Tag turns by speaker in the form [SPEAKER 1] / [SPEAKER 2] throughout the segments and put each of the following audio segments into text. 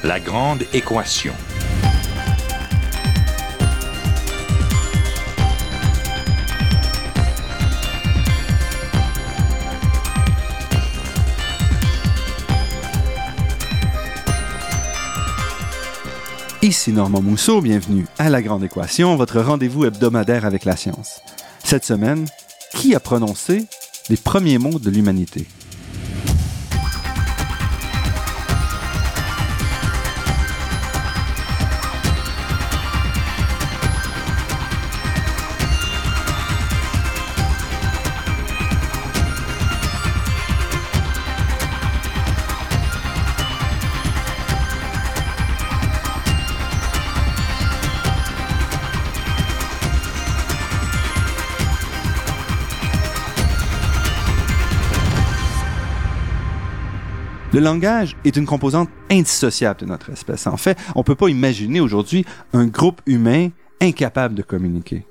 [SPEAKER 1] La grande équation.
[SPEAKER 2] Ici Normand Mousseau, bienvenue à La Grande Équation, votre rendez-vous hebdomadaire avec la science. Cette semaine, qui a prononcé les premiers mots de l'humanité? Le langage est une composante indissociable de notre espèce. En fait, on ne peut pas imaginer aujourd'hui un groupe humain incapable de communiquer.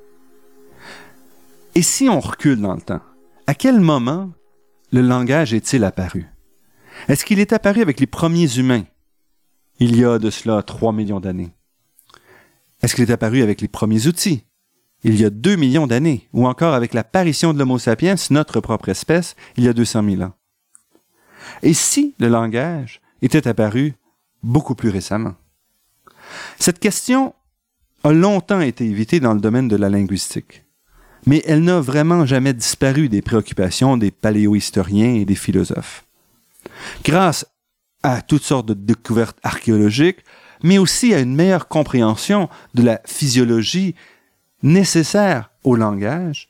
[SPEAKER 2] Et si on recule dans le temps, à quel moment le langage est-il apparu? Est-ce qu'il est apparu avec les premiers humains, il y a de cela 3 millions d'années? Est-ce qu'il est apparu avec les premiers outils, il y a 2 millions d'années? Ou encore avec l'apparition de l'Homo sapiens, notre propre espèce, il y a 200 000 ans? Et si le langage était apparu beaucoup plus récemment? Cette question a longtemps été évitée dans le domaine de la linguistique, mais elle n'a vraiment jamais disparu des préoccupations des paléohistoriens et des philosophes. Grâce à toutes sortes de découvertes archéologiques, mais aussi à une meilleure compréhension de la physiologie nécessaire au langage,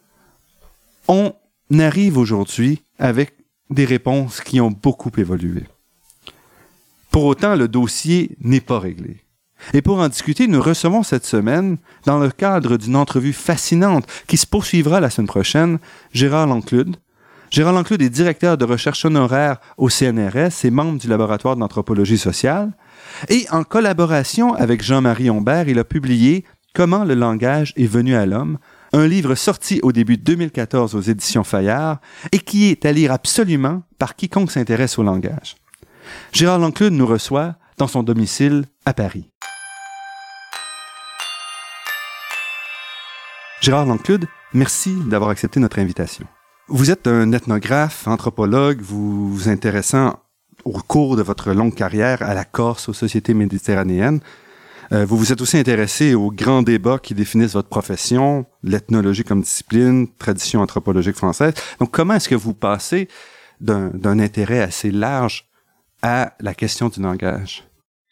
[SPEAKER 2] on arrive aujourd'hui avec des réponses qui ont beaucoup évolué. Pour autant, le dossier n'est pas réglé. Et pour en discuter, nous recevons cette semaine, dans le cadre d'une entrevue fascinante qui se poursuivra la semaine prochaine, Gérard Lanclude. Gérard Lanclude est directeur de recherche honoraire au CNRS et membre du laboratoire d'anthropologie sociale. Et en collaboration avec Jean-Marie Hombert, il a publié « Comment le langage est venu à l'homme », un livre sorti au début de 2014 aux éditions Fayard et qui est à lire absolument par quiconque s'intéresse au langage. Gérard Lanclude nous reçoit dans son domicile à Paris. Gérard Lanclude, merci d'avoir accepté notre invitation. Vous êtes un ethnographe, anthropologue, vous vous intéressant au cours de votre longue carrière à la Corse, aux sociétés méditerranéennes. Vous vous êtes aussi intéressé aux grands débats qui définissent votre profession, l'ethnologie comme discipline, tradition anthropologique française. Donc, comment est-ce que vous passez d'un intérêt assez large à la question du langage?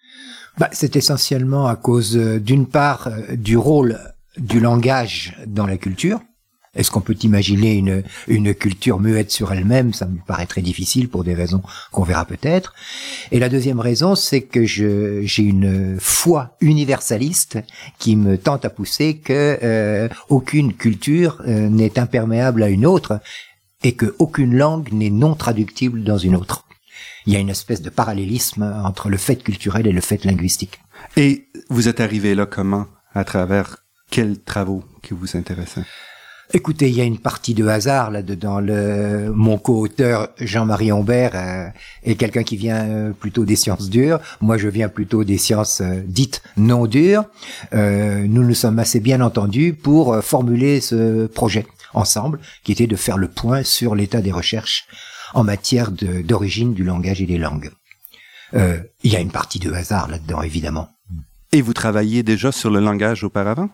[SPEAKER 3] C'est essentiellement à cause, d'une part, du rôle du langage dans la culture. Est-ce qu'on peut imaginer une culture muette sur elle-même? Ça me paraît très difficile pour des raisons qu'on verra peut-être. Et la deuxième raison, c'est que j'ai une foi universaliste qui me tente à pousser que aucune culture n'est imperméable à une autre et que aucune langue n'est non traductible dans une autre. Il y a une espèce de parallélisme entre le fait culturel et le fait linguistique.
[SPEAKER 2] Et vous êtes arrivé là comment? À travers quels travaux qui vous intéressaient?
[SPEAKER 3] Écoutez, il y a une partie de hasard là-dedans. Mon co-auteur Jean-Marie Hombert est quelqu'un qui vient plutôt des sciences dures. Moi, je viens plutôt des sciences dites non dures. Nous nous sommes assez bien entendus pour formuler ce projet ensemble, qui était de faire le point sur l'état des recherches en matière d'origine du langage et des langues. Il y a une partie de hasard là-dedans, évidemment.
[SPEAKER 2] Et vous travailliez déjà sur le langage auparavant?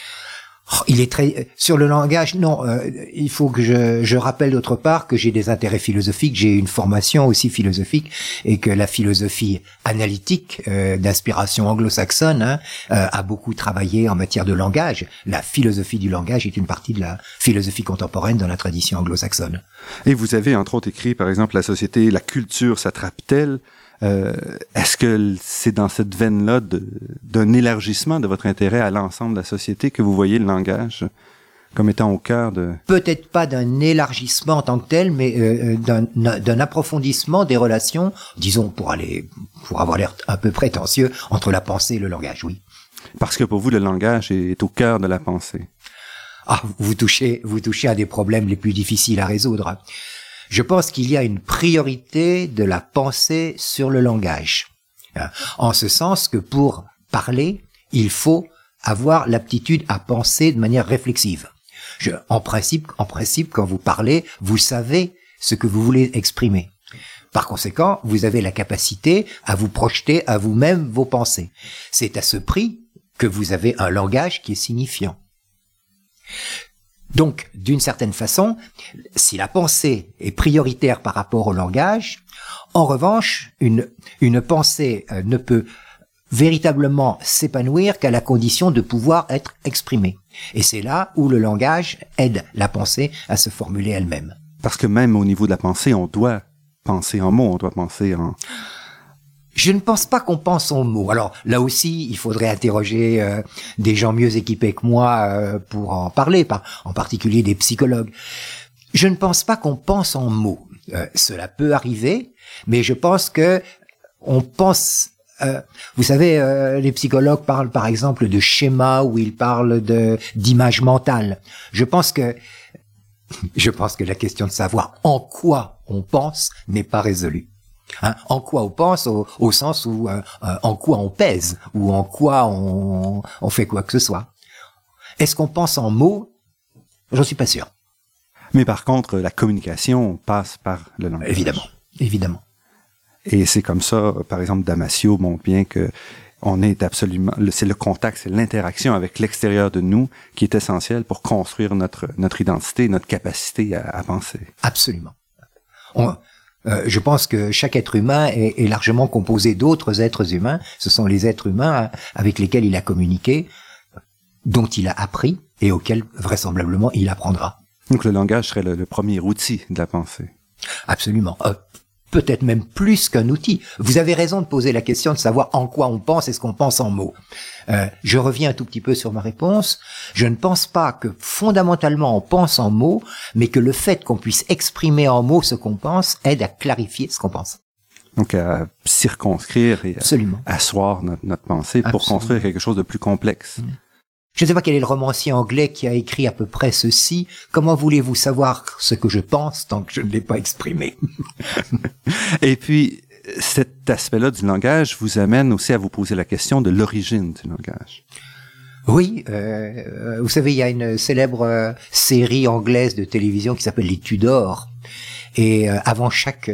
[SPEAKER 3] Il est très sur le langage. Non, il faut que je rappelle d'autre part que j'ai des intérêts philosophiques, j'ai une formation aussi philosophique et que la philosophie analytique d'inspiration anglo-saxonne a beaucoup travaillé en matière de langage. La philosophie du langage est une partie de la philosophie contemporaine dans la tradition anglo-saxonne.
[SPEAKER 2] Et vous avez entre autres écrit, par exemple, la société, la culture s'attrape-t-elle? Est-ce que c'est dans cette veine-là d'un élargissement de votre intérêt à l'ensemble de la société que vous voyez le langage comme étant au cœur de...
[SPEAKER 3] Peut-être pas d'un élargissement en tant que tel, mais d'un approfondissement des relations, disons pour avoir l'air un peu prétentieux, entre la pensée et le langage, oui.
[SPEAKER 2] Parce que pour vous, le langage est au cœur de la pensée.
[SPEAKER 3] Vous touchez à des problèmes les plus difficiles à résoudre. Je pense qu'il y a une priorité de la pensée sur le langage. En ce sens que pour parler, il faut avoir l'aptitude à penser de manière réflexive. En principe, quand vous parlez, vous savez ce que vous voulez exprimer. Par conséquent, vous avez la capacité à vous projeter à vous-même vos pensées. C'est à ce prix que vous avez un langage qui est signifiant. Donc, d'une certaine façon, si la pensée est prioritaire par rapport au langage, en revanche, une pensée ne peut véritablement s'épanouir qu'à la condition de pouvoir être exprimée. Et c'est là où le langage aide la pensée à se formuler elle-même.
[SPEAKER 2] Parce que même au niveau de la pensée, on doit penser en mots, on doit penser en...
[SPEAKER 3] Je ne pense pas qu'on pense en mots. Alors là aussi, il faudrait interroger des gens mieux équipés que moi pour en parler, en particulier des psychologues. Je ne pense pas qu'on pense en mots. Cela peut arriver, mais je pense que on pense... vous savez, les psychologues parlent par exemple de schémas ou ils parlent d'images mentales. Je pense que la question de savoir en quoi on pense n'est pas résolue. En quoi on pense au sens où en quoi on pèse ou en quoi on fait quoi que ce soit. Est-ce qu'on pense en mots? J'en suis pas sûr.
[SPEAKER 2] Mais par contre, la communication passe par le langage.
[SPEAKER 3] Évidemment.
[SPEAKER 2] Et c'est comme ça, par exemple, Damasio montre bien que on est absolument, c'est le contact, c'est l'interaction avec l'extérieur de nous qui est essentiel pour construire notre identité, notre capacité à penser.
[SPEAKER 3] Absolument. Je pense que chaque être humain est largement composé d'autres êtres humains. Ce sont les êtres humains avec lesquels il a communiqué, dont il a appris et auxquels vraisemblablement il apprendra.
[SPEAKER 2] Donc le langage serait le premier outil de la pensée.
[SPEAKER 3] Absolument. Peut-être même plus qu'un outil. Vous avez raison de poser la question de savoir en quoi on pense et ce qu'on pense en mots. Je reviens un tout petit peu sur ma réponse. Je ne pense pas que fondamentalement on pense en mots, mais que le fait qu'on puisse exprimer en mots ce qu'on pense aide à clarifier ce qu'on pense.
[SPEAKER 2] Donc à circonscrire et à asseoir notre pensée pour
[SPEAKER 3] Absolument.
[SPEAKER 2] construire quelque chose de plus complexe.
[SPEAKER 3] Je ne sais pas quel est le romancier anglais qui a écrit à peu près ceci. Comment voulez-vous savoir ce que je pense tant que je ne l'ai pas exprimé?
[SPEAKER 2] Et puis, cet aspect-là du langage vous amène aussi à vous poser la question de l'origine du langage.
[SPEAKER 3] Oui, vous savez, il y a une célèbre série anglaise de télévision qui s'appelle Les Tudors. Et avant chaque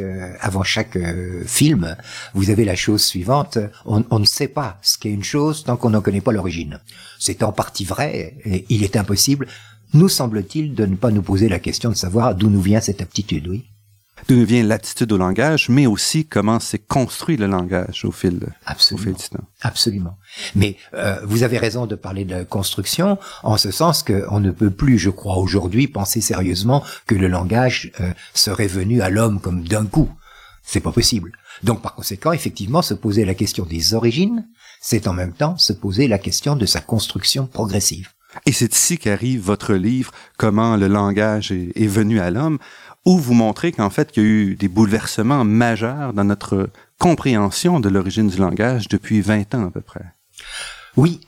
[SPEAKER 3] film, vous avez la chose suivante, on ne sait pas ce qu'est une chose tant qu'on n'en connaît pas l'origine. C'est en partie vrai, et il est impossible, nous semble-t-il, de ne pas nous poser la question de savoir d'où nous vient cette aptitude, oui.
[SPEAKER 2] D'où nous vient l'aptitude au langage, mais aussi comment s'est construit le langage au fil du temps.
[SPEAKER 3] Absolument. Mais vous avez raison de parler de construction, en ce sens qu'on ne peut plus, je crois, aujourd'hui penser sérieusement que le langage serait venu à l'homme comme d'un coup. C'est pas possible. Donc par conséquent, effectivement, se poser la question des origines, c'est en même temps se poser la question de sa construction progressive.
[SPEAKER 2] Et c'est ici qu'arrive votre livre « Comment le langage est venu à l'homme », où vous montrez qu'en fait, il y a eu des bouleversements majeurs dans notre compréhension de l'origine du langage depuis 20 ans à peu près.
[SPEAKER 3] Oui,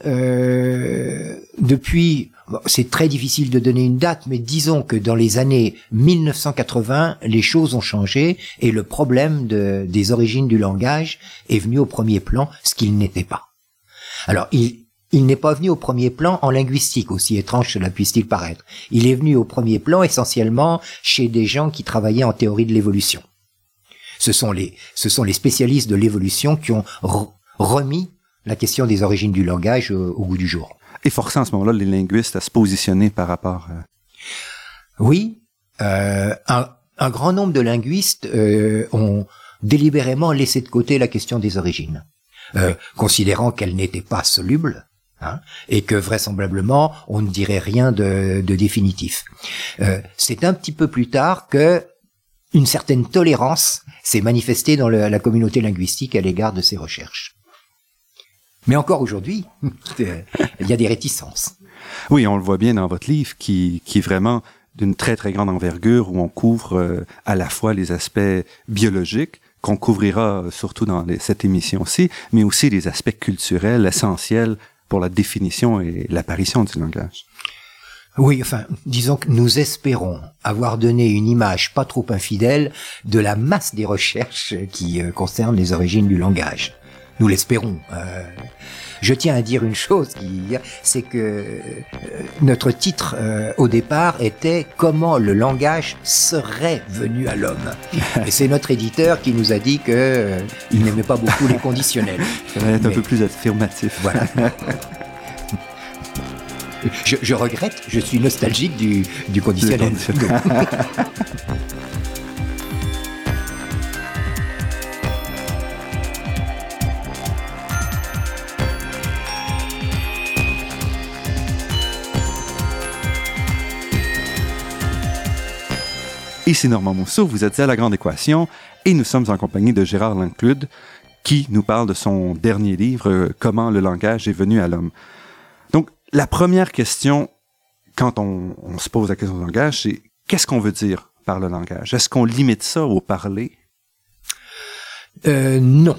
[SPEAKER 3] depuis, c'est très difficile de donner une date, mais disons que dans les années 1980, les choses ont changé et le problème des origines du langage est venu au premier plan, ce qu'il n'était pas. Alors, il n'est pas venu au premier plan en linguistique, aussi étrange cela puisse-t-il paraître. Il est venu au premier plan essentiellement chez des gens qui travaillaient en théorie de l'évolution. Ce sont les spécialistes de l'évolution qui ont remis la question des origines du langage au goût du jour.
[SPEAKER 2] Et forçant à ce moment-là les linguistes à se positionner par rapport à...
[SPEAKER 3] Oui, un grand nombre de linguistes ont délibérément laissé de côté la question des origines, considérant qu'elle n'était pas soluble. Et que vraisemblablement on ne dirait rien de définitif. C'est un petit peu plus tard que une certaine tolérance s'est manifestée dans la communauté linguistique à l'égard de ces recherches. Mais encore aujourd'hui, il y a des réticences.
[SPEAKER 2] Oui, on le voit bien dans votre livre qui est vraiment d'une très très grande envergure où on couvre à la fois les aspects biologiques qu'on couvrira surtout dans cette émission-ci, mais aussi les aspects culturels essentiels pour la définition et l'apparition du langage.
[SPEAKER 3] Oui, enfin, disons que nous espérons avoir donné une image pas trop infidèle de la masse des recherches qui concernent les origines du langage. Nous l'espérons. Je tiens à dire une chose, c'est que notre titre au départ était « Comment le langage serait venu à l'homme ?» Et c'est notre éditeur qui nous a dit qu'il n'aimait pas beaucoup les conditionnels.
[SPEAKER 2] Ça va être un peu plus affirmatif.
[SPEAKER 3] Voilà. Je regrette, je suis nostalgique du conditionnel.
[SPEAKER 2] Ici Normand Mousseau, vous êtes à La Grande Équation et nous sommes en compagnie de Gérard Lanclude qui nous parle de son dernier livre, Comment le langage est venu à l'homme. Donc, la première question, quand on se pose la question du langage, c'est qu'est-ce qu'on veut dire par le langage? Est-ce qu'on limite ça au parler?
[SPEAKER 3] Non.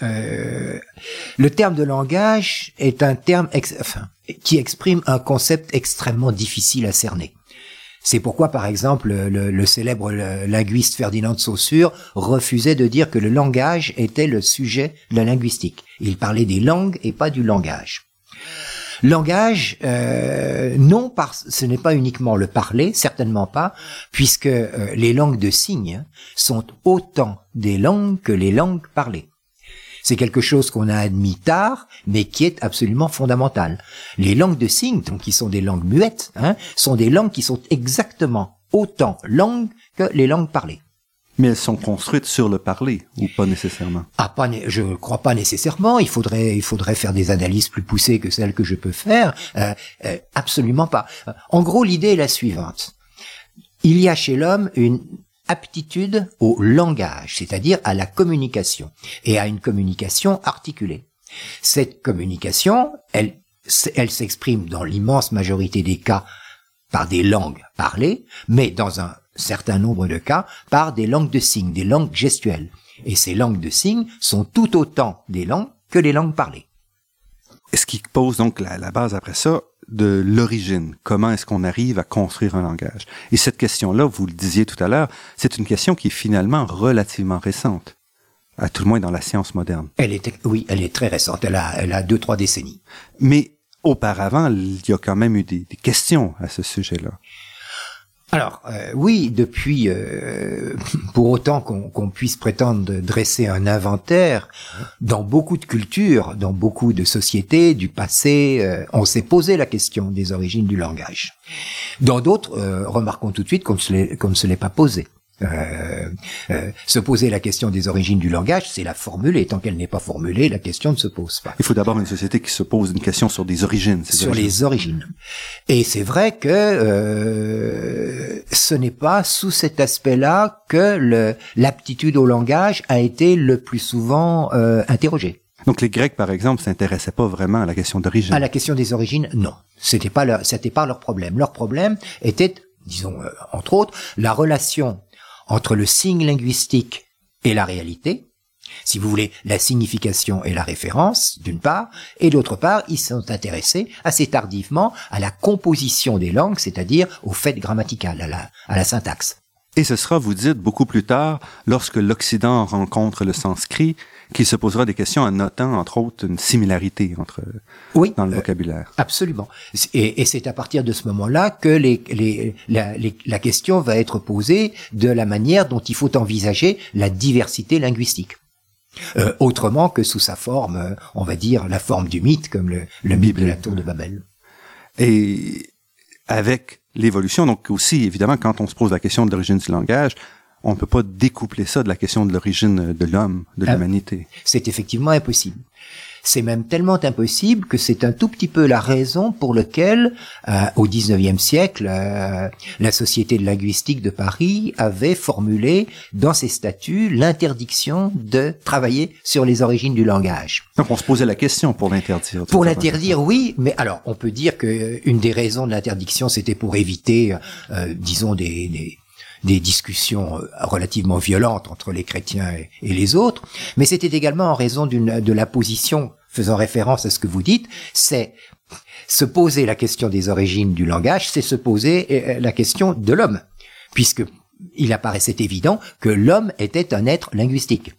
[SPEAKER 3] Le terme de langage est un terme qui exprime un concept extrêmement difficile à cerner. C'est pourquoi, par exemple, le célèbre linguiste Ferdinand de Saussure refusait de dire que le langage était le sujet de la linguistique. Il parlait des langues et pas du langage. Langage, non, ce n'est pas uniquement le parler, certainement pas, puisque les langues de signes sont autant des langues que les langues parlées. C'est quelque chose qu'on a admis tard, mais qui est absolument fondamental. Les langues de signes, donc qui sont des langues muettes, sont des langues qui sont exactement autant langues que les langues parlées.
[SPEAKER 2] Mais elles sont construites sur le parler, ou pas nécessairement?
[SPEAKER 3] Je ne crois pas nécessairement. Il faudrait faire des analyses plus poussées que celles que je peux faire. Absolument pas. En gros, l'idée est la suivante. Il y a chez l'homme une aptitude au langage, c'est-à-dire à la communication, et à une communication articulée. Cette communication, elle s'exprime dans l'immense majorité des cas par des langues parlées, mais dans un certain nombre de cas par des langues de signes, des langues gestuelles. Et ces langues de signes sont tout autant des langues que les langues parlées.
[SPEAKER 2] Ce qui pose donc la base après ça de l'origine. Comment est-ce qu'on arrive à construire un langage? Et cette question-là, vous le disiez tout à l'heure, c'est une question qui est finalement relativement récente, à tout le moins dans la science moderne.
[SPEAKER 3] Oui, elle est très récente. Elle a 2-3 décennies.
[SPEAKER 2] Mais auparavant, il y a quand même eu des questions à ce sujet-là.
[SPEAKER 3] Alors, oui, depuis, pour autant qu'on puisse prétendre dresser un inventaire, dans beaucoup de cultures, dans beaucoup de sociétés du passé, on s'est posé la question des origines du langage. Dans d'autres, remarquons tout de suite qu'on ne se l'est pas posé. Se poser la question des origines du langage, c'est la formuler. Tant qu'elle n'est pas formulée, la question ne se pose pas.
[SPEAKER 2] Il faut d'abord une société qui se pose une question sur des origines.
[SPEAKER 3] Les origines. Et c'est vrai que ce n'est pas sous cet aspect-là que l'aptitude au langage a été le plus souvent interrogée.
[SPEAKER 2] Donc les Grecs, par exemple, s'intéressaient pas vraiment à la question d'origine.
[SPEAKER 3] À la question des origines, non. C'était pas leur problème. Leur problème était, disons, entre autres, la relation entre le signe linguistique et la réalité, si vous voulez, la signification et la référence, d'une part, et d'autre part, ils sont intéressés assez tardivement à la composition des langues, c'est-à-dire au fait grammatical, à la syntaxe.
[SPEAKER 2] Et ce sera, vous dites, beaucoup plus tard, lorsque l'Occident rencontre le sanskrit, qu'il se posera des questions en notant, entre autres, une similarité dans le vocabulaire.
[SPEAKER 3] Absolument. Et c'est à partir de ce moment-là que la question va être posée de la manière dont il faut envisager la diversité linguistique. Autrement que sous sa forme, on va dire, la forme du mythe, comme le mythe de la tour de Babel.
[SPEAKER 2] Et avec l'évolution, donc aussi, évidemment, quand on se pose la question de l'origine du langage, on ne peut pas découpler ça de la question de l'origine de l'homme, de l'humanité.
[SPEAKER 3] C'est effectivement impossible. C'est même tellement impossible que c'est un tout petit peu la raison pour laquelle, au XIXe siècle, la Société de linguistique de Paris avait formulé dans ses statuts l'interdiction de travailler sur les origines du langage.
[SPEAKER 2] Donc on se posait la question pour l'interdire.
[SPEAKER 3] Pour l'interdire, oui, mais alors on peut dire que une des raisons de l'interdiction, c'était pour éviter, disons, des discussions relativement violentes entre les chrétiens et les autres, mais c'était également en raison de la position, faisant référence à ce que vous dites, c'est se poser la question des origines du langage, c'est se poser la question de l'homme, puisque il apparaissait évident que l'homme était un être linguistique.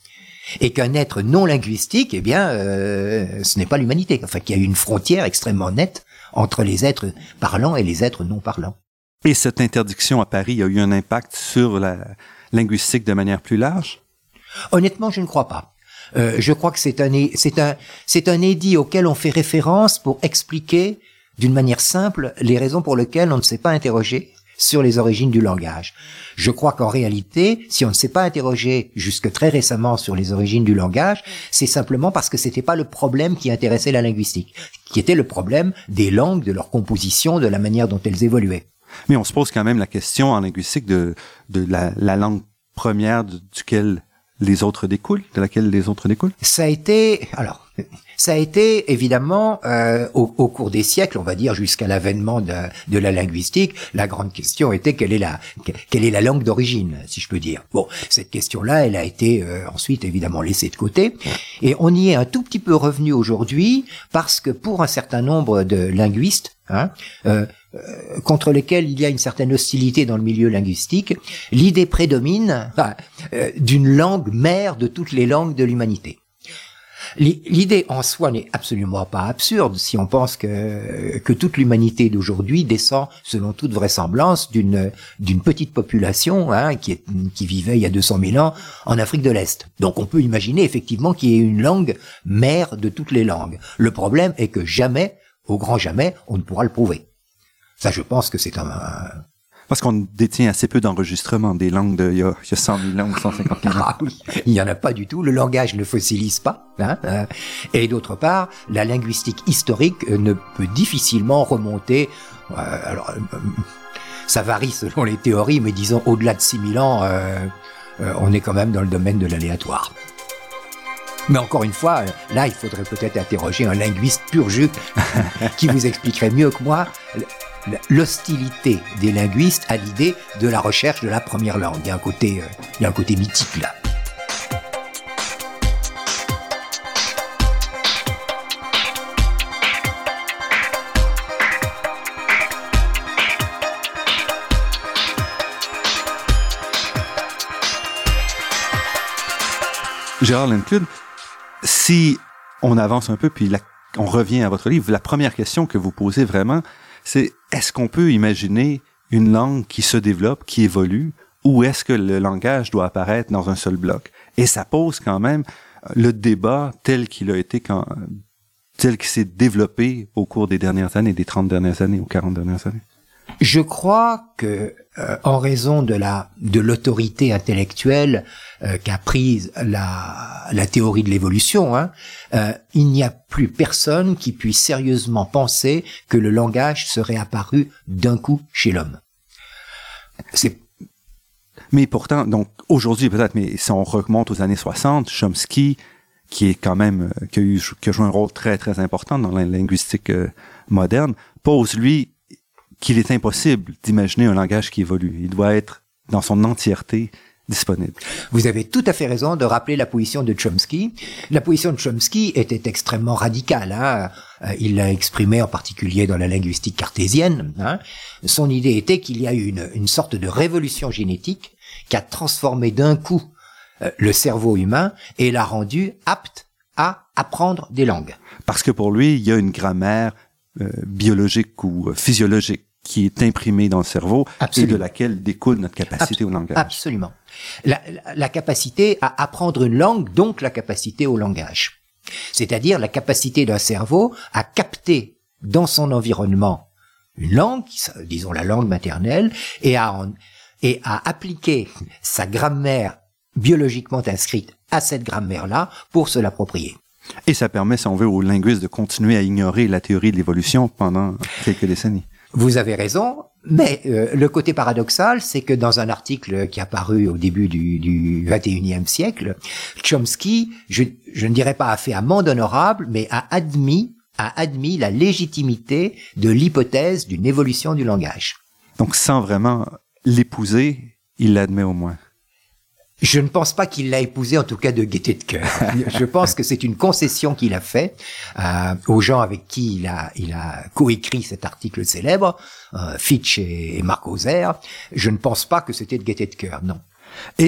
[SPEAKER 3] Et qu'un être non linguistique, eh bien, ce n'est pas l'humanité. Enfin, qu'il y a une frontière extrêmement nette entre les êtres parlants et les êtres non parlants.
[SPEAKER 2] Et cette interdiction à Paris a eu un impact sur la linguistique de manière plus large?
[SPEAKER 3] Honnêtement, je ne crois pas. Je crois que c'est un édit auquel on fait référence pour expliquer d'une manière simple les raisons pour lesquelles on ne s'est pas interrogé sur les origines du langage. Je crois qu'en réalité, si on ne s'est pas interrogé jusque très récemment sur les origines du langage, c'est simplement parce que c'était pas le problème qui intéressait la linguistique, qui était le problème des langues, de leur composition, de la manière dont elles évoluaient.
[SPEAKER 2] Mais on se pose quand même la question en linguistique de la langue première de laquelle les autres découlent.
[SPEAKER 3] Ça a été évidemment au cours des siècles, on va dire jusqu'à l'avènement de la linguistique, la grande question était quelle est la langue d'origine, si je peux dire. Bon, cette question-là, elle a été ensuite évidemment laissée de côté, et on y est un tout petit peu revenu aujourd'hui parce que pour un certain nombre de linguistes, contre lesquels il y a une certaine hostilité dans le milieu linguistique, l'idée prédomine d'une langue mère de toutes les langues de l'humanité. L'idée en soi n'est absolument pas absurde si on pense que toute l'humanité d'aujourd'hui descend, selon toute vraisemblance, d'une petite population qui vivait il y a 200 000 ans en Afrique de l'Est. Donc on peut imaginer effectivement qu'il y ait une langue mère de toutes les langues. Le problème est que jamais, au grand jamais, on ne pourra le prouver. Ça, je pense que c'est
[SPEAKER 2] Parce qu'on détient assez peu d'enregistrements des langues il y a 100 000 ans ou 150 000 ans.
[SPEAKER 3] Ah oui, il n'y en a pas du tout. Le langage ne fossilise pas. Et d'autre part, la linguistique historique ne peut difficilement remonter. Ça varie selon les théories, mais disons au-delà de 6 000 ans, on est quand même dans le domaine de l'aléatoire. Mais encore une fois, là, il faudrait peut-être interroger un linguiste pur jus qui vous expliquerait mieux que moi l'hostilité des linguistes à l'idée de la recherche de la première langue. Il y a un côté mythique là.
[SPEAKER 2] Gérard Lenclude, si on avance un peu, puis on revient à votre livre, la première question que vous posez vraiment, c'est est-ce qu'on peut imaginer une langue qui se développe, qui évolue, ou est-ce que le langage doit apparaître dans un seul bloc? Et ça pose quand même le débat tel qu'il s'est développé au cours des dernières années, des 30 dernières années ou 40 dernières années.
[SPEAKER 3] Je crois que en raison de l'autorité intellectuelle qu'a prise la théorie de l'évolution, il n'y a plus personne qui puisse sérieusement penser que le langage serait apparu d'un coup chez l'homme.
[SPEAKER 2] Mais pourtant, donc aujourd'hui peut-être, mais si on remonte aux années 60, Chomsky, qui est quand même qui a joué un rôle très très important dans la linguistique moderne, pose lui qu'il est impossible d'imaginer un langage qui évolue. Il doit être dans son entièreté disponible.
[SPEAKER 3] Vous avez tout à fait raison de rappeler la position de Chomsky. La position de Chomsky était extrêmement radicale. Il l'a exprimée en particulier dans la linguistique cartésienne. Son idée était qu'il y a eu une sorte de révolution génétique qui a transformé d'un coup le cerveau humain et l'a rendu apte à apprendre des langues.
[SPEAKER 2] Parce que pour lui, il y a une grammaire biologique ou physiologique qui est imprimée dans le cerveau. Absolument. Et de laquelle découle notre capacité au langage.
[SPEAKER 3] Absolument. La capacité à apprendre une langue, donc la capacité au langage. C'est-à-dire la capacité d'un cerveau à capter dans son environnement une langue, disons la langue maternelle, et à appliquer sa grammaire biologiquement inscrite à cette grammaire-là pour se l'approprier.
[SPEAKER 2] Et ça permet, si on veut, aux linguistes de continuer à ignorer la théorie de l'évolution pendant quelques décennies.
[SPEAKER 3] Vous avez raison, mais le côté paradoxal, c'est que dans un article qui est apparu au début du 21e siècle, Chomsky, je ne dirais pas a fait amende honorable, mais a admis la légitimité de l'hypothèse d'une évolution du langage.
[SPEAKER 2] Donc sans vraiment l'épouser, il l'admet au moins.
[SPEAKER 3] Je ne pense pas qu'il l'a épousé, en tout cas de gaieté de cœur. Je pense que c'est une concession qu'il a faite aux gens avec qui il a coécrit cet article célèbre, Fitch et Marc Hauser. Je ne pense pas que c'était de gaieté de cœur, non.
[SPEAKER 2] Et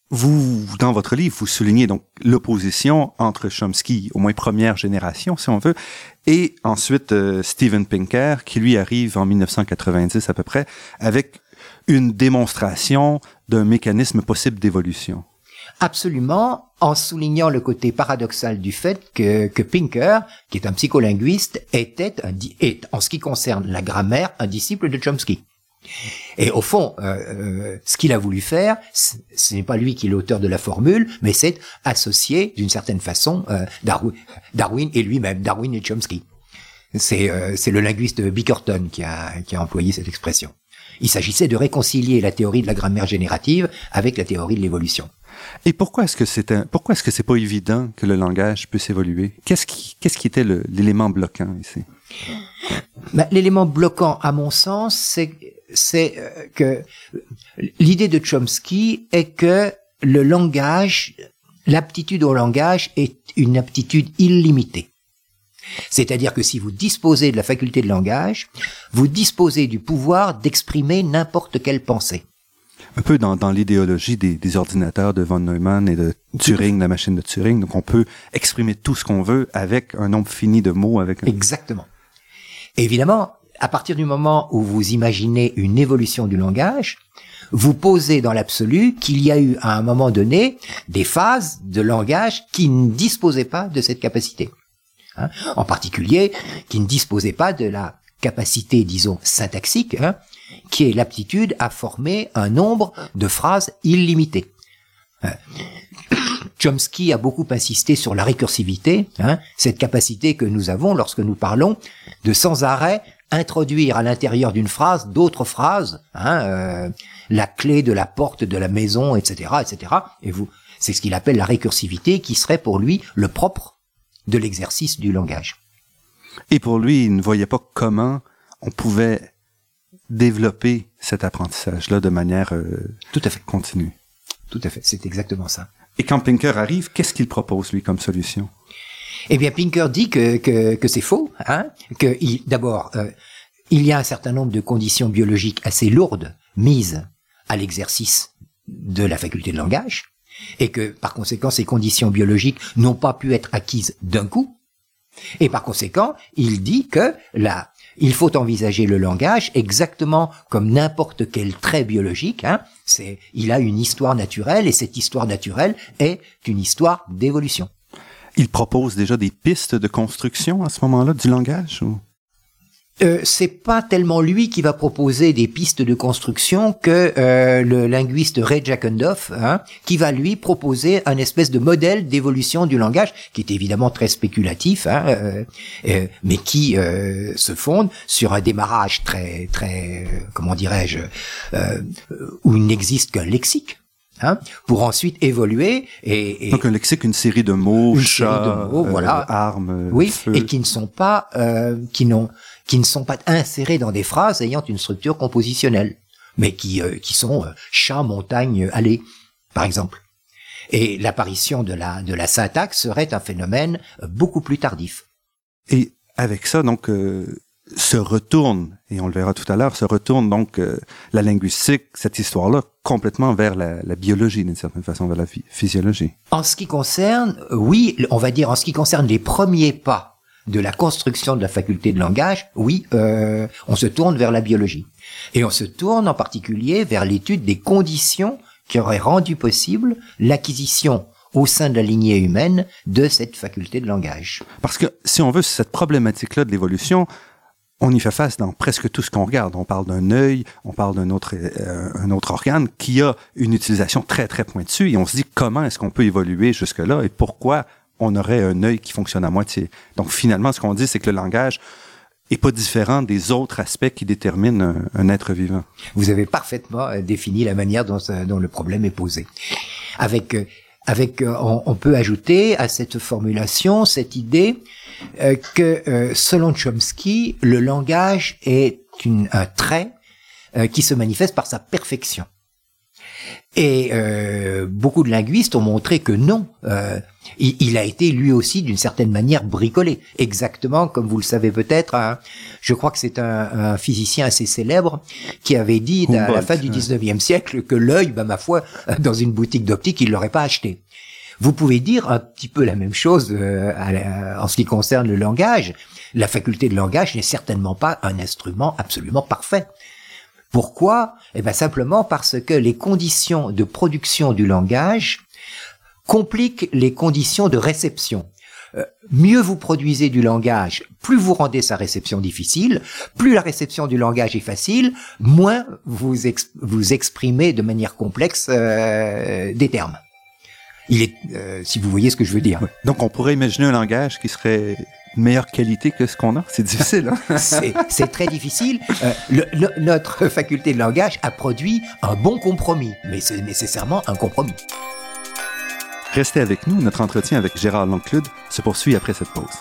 [SPEAKER 2] vous, dans votre livre, vous soulignez donc l'opposition entre Chomsky, au moins première génération, si on veut, et ensuite Steven Pinker, qui lui arrive en 1990 à peu près, avec une démonstration d'un mécanisme possible d'évolution.
[SPEAKER 3] Absolument, en soulignant le côté paradoxal du fait que Pinker, qui est un psycholinguiste, est, en ce qui concerne la grammaire, un disciple de Chomsky. Et au fond, ce qu'il a voulu faire, ce n'est pas lui qui est l'auteur de la formule, mais c'est associer d'une certaine façon Darwin et lui-même, Darwin et Chomsky. C'est le linguiste Bickerton qui a employé cette expression. Il s'agissait de réconcilier la théorie de la grammaire générative avec la théorie de l'évolution.
[SPEAKER 2] Et pourquoi est-ce que c'est pas évident que le langage puisse évoluer? Qu'est-ce qui était l'élément bloquant ici?
[SPEAKER 3] L'élément bloquant, à mon sens, c'est que l'idée de Chomsky est que le langage, l'aptitude au langage est une aptitude illimitée. C'est-à-dire que si vous disposez de la faculté de langage, vous disposez du pouvoir d'exprimer n'importe quelle pensée.
[SPEAKER 2] Un peu dans l'idéologie des ordinateurs de von Neumann et de Turing, la machine de Turing. Donc, on peut exprimer tout ce qu'on veut avec un nombre fini de mots.
[SPEAKER 3] Exactement. Évidemment, à partir du moment où vous imaginez une évolution du langage, vous posez dans l'absolu qu'il y a eu à un moment donné des phases de langage qui ne disposaient pas de cette capacité. En particulier, qui ne disposaient pas de la capacité, disons, syntaxique, qui est l'aptitude à former un nombre de phrases illimitées. Chomsky a beaucoup insisté sur la récursivité, cette capacité que nous avons lorsque nous parlons de sans arrêt introduire à l'intérieur d'une phrase d'autres phrases, la clé de la porte de la maison, etc., etc. Et c'est ce qu'il appelle la récursivité, qui serait pour lui le propre de l'exercice du langage.
[SPEAKER 2] Et pour lui, il ne voyait pas comment on pouvait développer cet apprentissage-là de manière
[SPEAKER 3] tout à fait
[SPEAKER 2] continue.
[SPEAKER 3] Tout à fait, c'est exactement ça.
[SPEAKER 2] Et quand Pinker arrive, qu'est-ce qu'il propose, lui, comme solution?
[SPEAKER 3] Eh bien, Pinker dit que c'est faux, d'abord, il y a un certain nombre de conditions biologiques assez lourdes mises à l'exercice de la faculté de langage, et que, par conséquent, ces conditions biologiques n'ont pas pu être acquises d'un coup. Et par conséquent, il dit que il faut envisager le langage exactement comme n'importe quel trait biologique. Il a une histoire naturelle, et cette histoire naturelle est une histoire d'évolution.
[SPEAKER 2] Il propose déjà des pistes de construction à ce moment-là du langage, ou?
[SPEAKER 3] C'est pas tellement lui qui va proposer des pistes de construction que le linguiste Ray Jackendorf, qui va lui proposer un espèce de modèle d'évolution du langage qui est évidemment très spéculatif, mais qui se fonde sur un démarrage très comment dirais-je, où il n'existe qu'un lexique. Pour ensuite évoluer et
[SPEAKER 2] donc un lexique, une série de mots, chat,
[SPEAKER 3] voilà,
[SPEAKER 2] armes,
[SPEAKER 3] oui,
[SPEAKER 2] feu.
[SPEAKER 3] Et qui ne sont pas qui ne sont pas insérés dans des phrases ayant une structure compositionnelle, mais qui sont chat, montagne, allée, par exemple. Et l'apparition de la syntaxe serait un phénomène beaucoup plus tardif.
[SPEAKER 2] Et avec ça, donc, se retourne, et on le verra tout à l'heure, se retourne donc la linguistique, cette histoire-là, complètement vers la biologie, d'une certaine façon, vers la physiologie.
[SPEAKER 3] En ce qui concerne, oui, on va dire en ce qui concerne les premiers pas de la construction de la faculté de langage, oui, on se tourne vers la biologie. Et on se tourne en particulier vers l'étude des conditions qui auraient rendu possible l'acquisition au sein de la lignée humaine de cette faculté de langage.
[SPEAKER 2] Parce que, si on veut, cette problématique-là de l'évolution, on y fait face dans presque tout ce qu'on regarde. On parle d'un œil, on parle d'un autre organe qui a une utilisation très, très pointue, et on se dit comment est-ce qu'on peut évoluer jusque-là et pourquoi on aurait un œil qui fonctionne à moitié. Donc, finalement, ce qu'on dit, c'est que le langage est pas différent des autres aspects qui déterminent un être vivant.
[SPEAKER 3] Vous avez parfaitement défini la manière dont le problème est posé. On peut ajouter à cette formulation cette idée que, selon Chomsky, le langage est un trait qui se manifeste par sa perfection. Et beaucoup de linguistes ont montré que non, il a été lui aussi d'une certaine manière bricolé, exactement comme vous le savez peut-être. Je crois que c'est un physicien assez célèbre qui avait dit à la fin du 19e siècle que l'œil, ma foi, dans une boutique d'optique, il l'aurait pas acheté. Vous pouvez dire un petit peu la même chose en ce qui concerne le langage. La faculté de langage n'est certainement pas un instrument absolument parfait. Pourquoi ? Simplement parce que les conditions de production du langage compliquent les conditions de réception. Mieux vous produisez du langage, plus vous rendez sa réception difficile, plus la réception du langage est facile, moins vous exprimez de manière complexe des termes. Si vous voyez ce que je veux dire.
[SPEAKER 2] Ouais. Donc on pourrait imaginer un langage qui serait de meilleure qualité que ce qu'on a. C'est difficile, hein?
[SPEAKER 3] C'est très difficile. Notre faculté de langage a produit un bon compromis, mais c'est nécessairement un compromis.
[SPEAKER 2] Restez avec nous, notre entretien avec Gérard Longclude se poursuit après cette pause.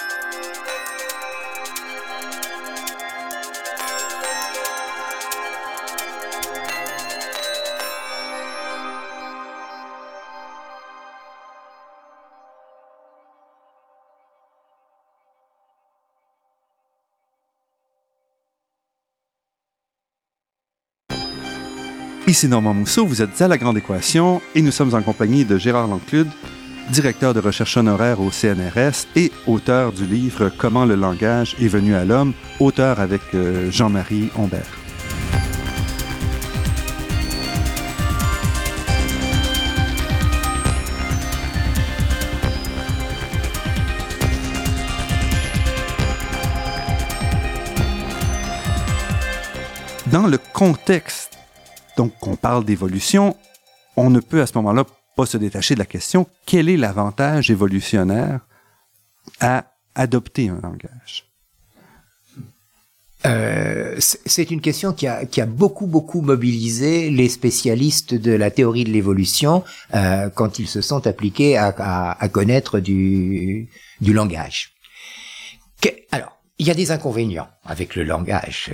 [SPEAKER 2] Ici Normand Mousseau, vous êtes à La Grande Équation et nous sommes en compagnie de Gérard Longclude, directeur de recherche honoraire au CNRS et auteur du livre « Comment le langage est venu à l'homme », auteur avec Jean-Marie Humbert. Dans le contexte donc, on parle d'évolution, on ne peut à ce moment-là pas se détacher de la question quel est l'avantage évolutionnaire à adopter un langage?
[SPEAKER 3] C'est une question qui a beaucoup mobilisé les spécialistes de la théorie de l'évolution quand ils se sont appliqués à connaître du langage. Alors, il y a des inconvénients avec le langage,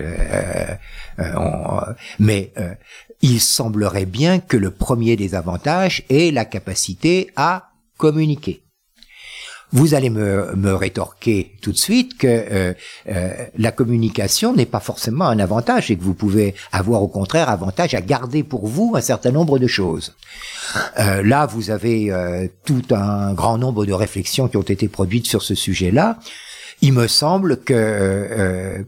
[SPEAKER 3] mais il semblerait bien que le premier des avantages est la capacité à communiquer. Vous allez me rétorquer tout de suite que la communication n'est pas forcément un avantage et que vous pouvez avoir au contraire avantage à garder pour vous un certain nombre de choses. Là, vous avez tout un grand nombre de réflexions qui ont été produites sur ce sujet-là. Il me semble que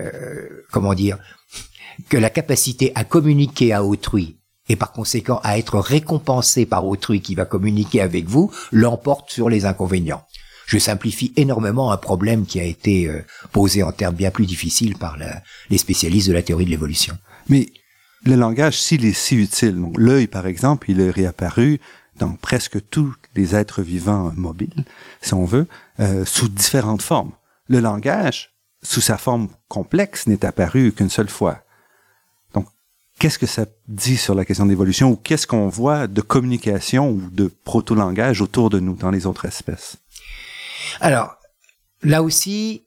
[SPEAKER 3] que la capacité à communiquer à autrui et par conséquent à être récompensé par autrui qui va communiquer avec vous l'emporte sur les inconvénients. Je simplifie énormément un problème qui a été posé en termes bien plus difficiles par les spécialistes de la théorie de l'évolution.
[SPEAKER 2] Mais le langage, s'il est si utile, donc l'œil par exemple, il est réapparu dans presque tous les êtres vivants mobiles, si on veut, sous différentes formes. Le langage, sous sa forme complexe, n'est apparu qu'une seule fois. Donc, qu'est-ce que ça dit sur la question d'évolution ou qu'est-ce qu'on voit de communication ou de proto-langage autour de nous dans les autres espèces?
[SPEAKER 3] Alors, là aussi,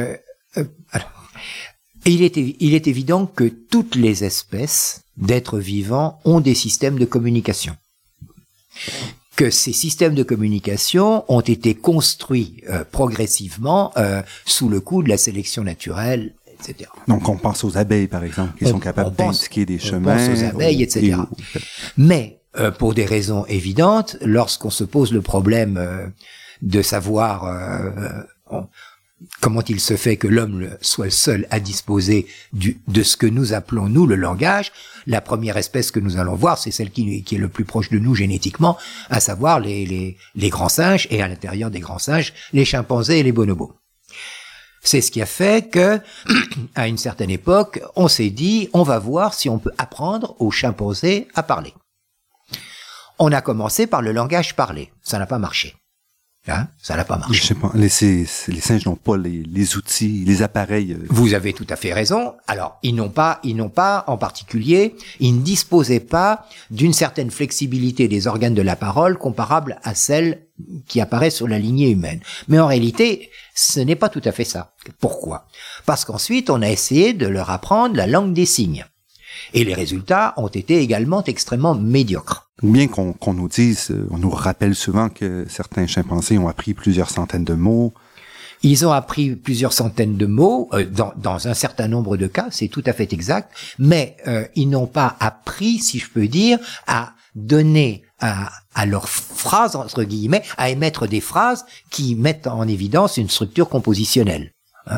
[SPEAKER 3] il est évident que toutes les espèces d'êtres vivants ont des systèmes de communication. Que ces systèmes de communication ont été construits progressivement sous le coup de la sélection naturelle, etc.
[SPEAKER 2] Donc on pense aux abeilles, par exemple, qui sont capables d'indiquer des chemins.
[SPEAKER 3] On pense aux abeilles, etc. Mais, pour des raisons évidentes, lorsqu'on se pose le problème de savoir comment il se fait que l'homme soit seul à disposer de ce que nous appelons, nous, le langage, la première espèce que nous allons voir, c'est celle qui est le plus proche de nous génétiquement, à savoir les grands singes, et à l'intérieur des grands singes, les chimpanzés et les bonobos. C'est ce qui a fait que, à une certaine époque, on s'est dit, on va voir si on peut apprendre aux chimpanzés à parler. On a commencé par le langage parlé. Ça n'a pas marché. Ça n'a pas marché.
[SPEAKER 2] Je sais pas, les singes n'ont pas les outils, les appareils.
[SPEAKER 3] Vous avez tout à fait raison. Alors, ils n'ont pas, en particulier, ils ne disposaient pas d'une certaine flexibilité des organes de la parole comparable à celle qui apparaît sur la lignée humaine. Mais en réalité, ce n'est pas tout à fait ça. Pourquoi ? Parce qu'ensuite, on a essayé de leur apprendre la langue des signes. Et les résultats ont été également extrêmement médiocres.
[SPEAKER 2] Bien qu'on nous dise, on nous rappelle souvent que certains chimpanzés ont appris plusieurs centaines de mots.
[SPEAKER 3] Ils ont appris plusieurs centaines de mots, dans un certain nombre de cas, c'est tout à fait exact, mais ils n'ont pas appris, si je peux dire, à donner à leurs phrases, entre guillemets, à émettre des phrases qui mettent en évidence une structure compositionnelle. Hein,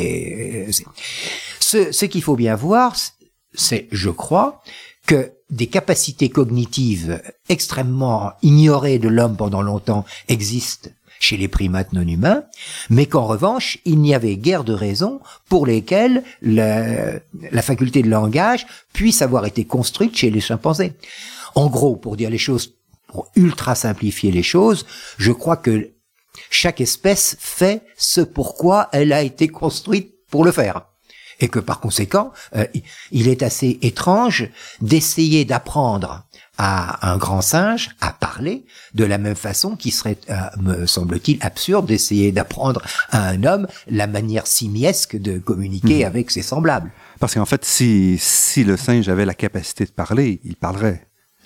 [SPEAKER 3] ce qu'il faut bien voir, c'est, je crois, que des capacités cognitives extrêmement ignorées de l'homme pendant longtemps existent chez les primates non humains, mais qu'en revanche, il n'y avait guère de raisons pour lesquelles la faculté de langage puisse avoir été construite chez les chimpanzés. En gros, pour dire les choses, pour ultra simplifier les choses, je crois que chaque espèce fait ce pourquoi elle a été construite pour le faire. Et que par conséquent, il est assez étrange d'essayer d'apprendre à un grand singe à parler de la même façon qu'il serait, me semble-t-il, absurde d'essayer d'apprendre à un homme la manière simiesque de communiquer avec ses semblables.
[SPEAKER 2] Parce qu'en fait, si le singe avait la capacité de parler, il parlerait.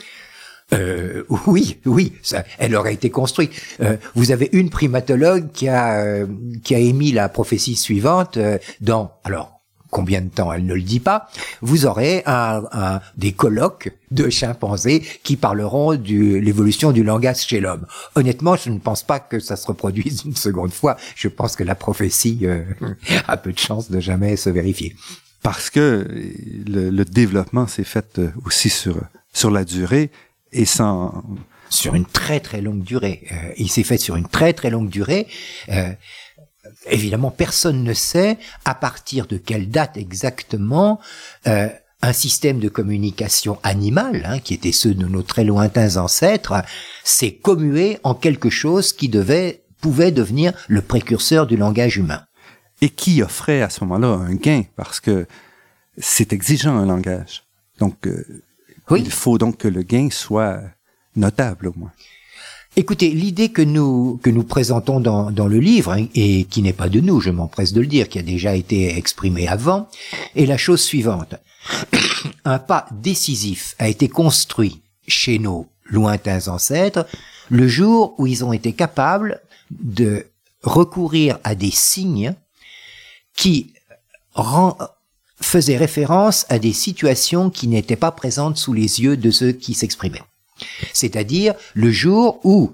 [SPEAKER 3] Oui, elle aurait été construite. Vous avez une primatologue qui a émis la prophétie suivante alors, combien de temps, elle ne le dit pas, vous aurez des colloques de chimpanzés qui parleront de l'évolution du langage chez l'homme. Honnêtement, je ne pense pas que ça se reproduise une seconde fois. Je pense que la prophétie a peu de chances de jamais se vérifier.
[SPEAKER 2] Parce que le développement s'est fait aussi sur la durée et sans...
[SPEAKER 3] Sur une très très longue durée. Il s'est fait sur une très très longue durée. Évidemment, personne ne sait à partir de quelle date exactement un système de communication animal, qui était ceux de nos très lointains ancêtres, s'est commué en quelque chose qui pouvait devenir le précurseur du langage humain.
[SPEAKER 2] Et qui offrait à ce moment-là un gain, parce que c'est exigeant un langage. Donc, oui. Il faut donc que le gain soit notable au moins.
[SPEAKER 3] Écoutez, l'idée que nous présentons dans le livre, et qui n'est pas de nous, je m'empresse de le dire, qui a déjà été exprimée avant, est la chose suivante. Un pas décisif a été construit chez nos lointains ancêtres le jour où ils ont été capables de recourir à des signes qui faisaient référence à des situations qui n'étaient pas présentes sous les yeux de ceux qui s'exprimaient. C'est-à-dire le jour où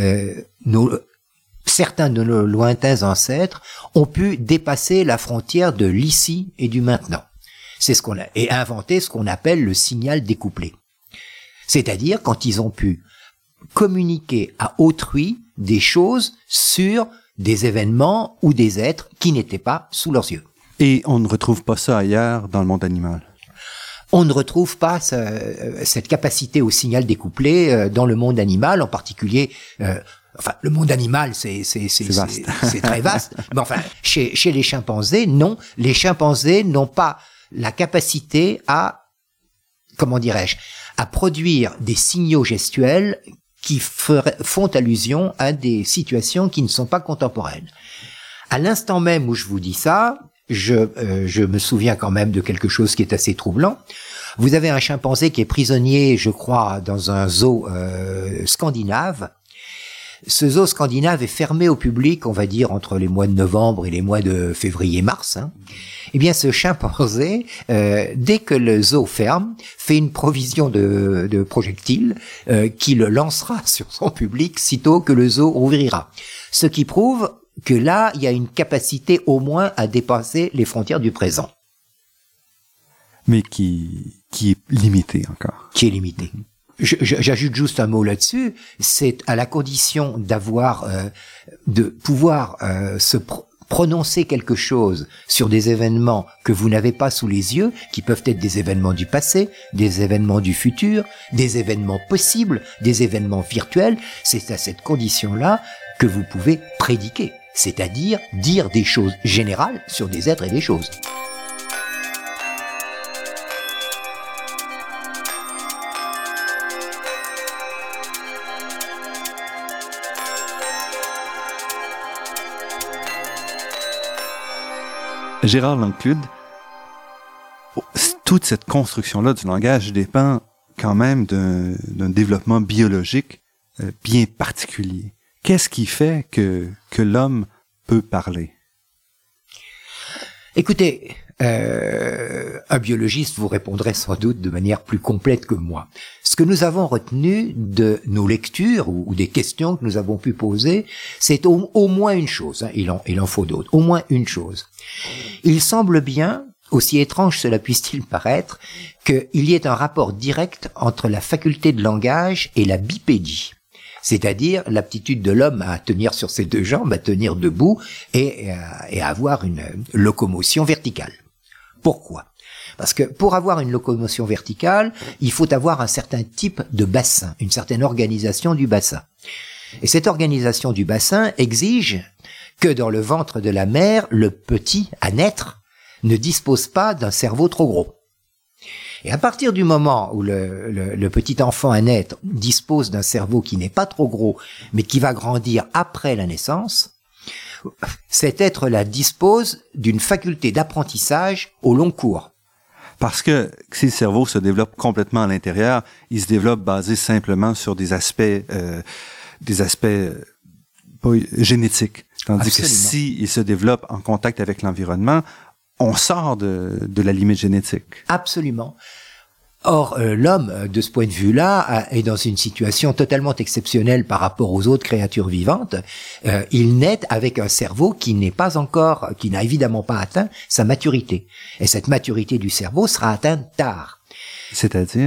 [SPEAKER 3] certains de nos lointains ancêtres ont pu dépasser la frontière de l'ici et du maintenant. Et inventer ce qu'on appelle le signal découplé. C'est-à-dire quand ils ont pu communiquer à autrui des choses sur des événements ou des êtres qui n'étaient pas sous leurs yeux.
[SPEAKER 2] Et on ne retrouve pas ça ailleurs dans le monde animal.
[SPEAKER 3] On ne retrouve pas cette capacité au signal découplé dans le monde animal, en particulier. Le monde animal, c'est très vaste. Mais enfin, chez les chimpanzés, non. Les chimpanzés n'ont pas la capacité à produire des signaux gestuels qui font allusion à des situations qui ne sont pas contemporaines. À l'instant même où je vous dis ça, je me souviens quand même de quelque chose qui est assez troublant. Vous avez un chimpanzé qui est prisonnier, je crois, dans un zoo scandinave. Ce zoo scandinave est fermé au public, on va dire, entre les mois de novembre et les mois de février-mars. Eh bien, ce chimpanzé, dès que le zoo ferme, fait une provision de projectiles qui le lancera sur son public sitôt que le zoo ouvrira. Ce qui prouve que là, il y a une capacité au moins à dépasser les frontières du présent.
[SPEAKER 2] Mais qui est limitée encore.
[SPEAKER 3] Qui est limitée. J'ajoute juste un mot là-dessus, c'est à la condition de pouvoir se prononcer quelque chose sur des événements que vous n'avez pas sous les yeux, qui peuvent être des événements du passé, des événements du futur, des événements possibles, des événements virtuels, c'est à cette condition-là que vous pouvez prédiquer. C'est-à-dire dire des choses générales sur des êtres et des choses.
[SPEAKER 2] Gérard Lanclude, toute cette construction-là du langage dépend quand même d'un développement biologique bien particulier. Qu'est-ce qui fait que l'homme peut parler?
[SPEAKER 3] Écoutez, un biologiste vous répondrait sans doute de manière plus complète que moi. Ce que nous avons retenu de nos lectures ou des questions que nous avons pu poser, c'est au moins une chose. Hein, il en faut d'autres. Au moins une chose. Il semble bien, aussi étrange cela puisse-t-il paraître, qu'il y ait un rapport direct entre la faculté de langage et la bipédie. C'est-à-dire l'aptitude de l'homme à tenir sur ses deux jambes, à tenir debout et à avoir une locomotion verticale. Pourquoi ? Parce que pour avoir une locomotion verticale, il faut avoir un certain type de bassin, une certaine organisation du bassin. Et cette organisation du bassin exige que dans le ventre de la mère, le petit à naître ne dispose pas d'un cerveau trop gros. Et à partir du moment où le petit enfant à naître dispose d'un cerveau qui n'est pas trop gros, mais qui va grandir après la naissance, cet être-là dispose d'une faculté d'apprentissage au long cours.
[SPEAKER 2] Parce que si le cerveau se développe complètement à l'intérieur, il se développe basé simplement sur des aspects génétiques. Tandis que s'il se développe en contact avec l'environnement, on sort de la limite génétique.
[SPEAKER 3] Absolument. Or, l'homme, de ce point de vue-là, est dans une situation totalement exceptionnelle par rapport aux autres créatures vivantes. Il naît avec un cerveau qui n'a évidemment pas atteint sa maturité. Et cette maturité du cerveau sera atteinte tard.
[SPEAKER 2] C'est-à-dire ?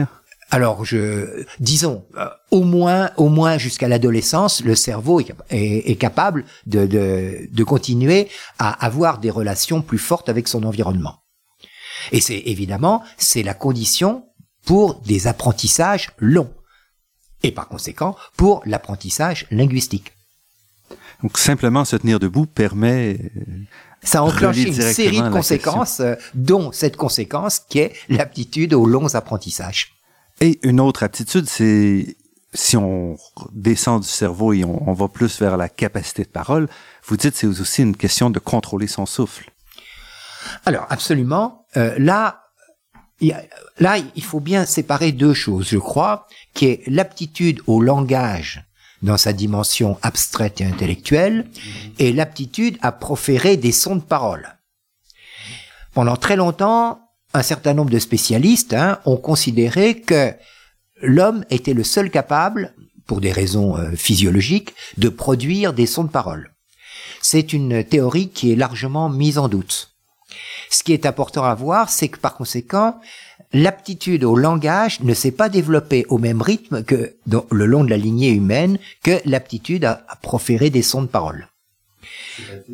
[SPEAKER 3] Alors, disons, au moins jusqu'à l'adolescence, le cerveau est capable de continuer à avoir des relations plus fortes avec son environnement. Et c'est la condition pour des apprentissages longs. Et par conséquent, pour l'apprentissage linguistique.
[SPEAKER 2] Donc, simplement se tenir debout permet...
[SPEAKER 3] Ça enclenche une série de conséquences, dont cette conséquence qui est l'aptitude aux longs apprentissages.
[SPEAKER 2] Et une autre aptitude, c'est si on descend du cerveau et on va plus vers la capacité de parole, vous dites c'est aussi une question de contrôler son souffle.
[SPEAKER 3] Alors, absolument. Là, il faut bien séparer deux choses, je crois, qui est l'aptitude au langage dans sa dimension abstraite et intellectuelle, et l'aptitude à proférer des sons de parole. Pendant très longtemps, un certain nombre de spécialistes ont considéré que l'homme était le seul capable, pour des raisons physiologiques, de produire des sons de parole. C'est une théorie qui est largement mise en doute. Ce qui est important à voir, c'est que par conséquent, l'aptitude au langage ne s'est pas développée au même rythme que le long de la lignée humaine que l'aptitude à proférer des sons de parole. C'est-à-dire ?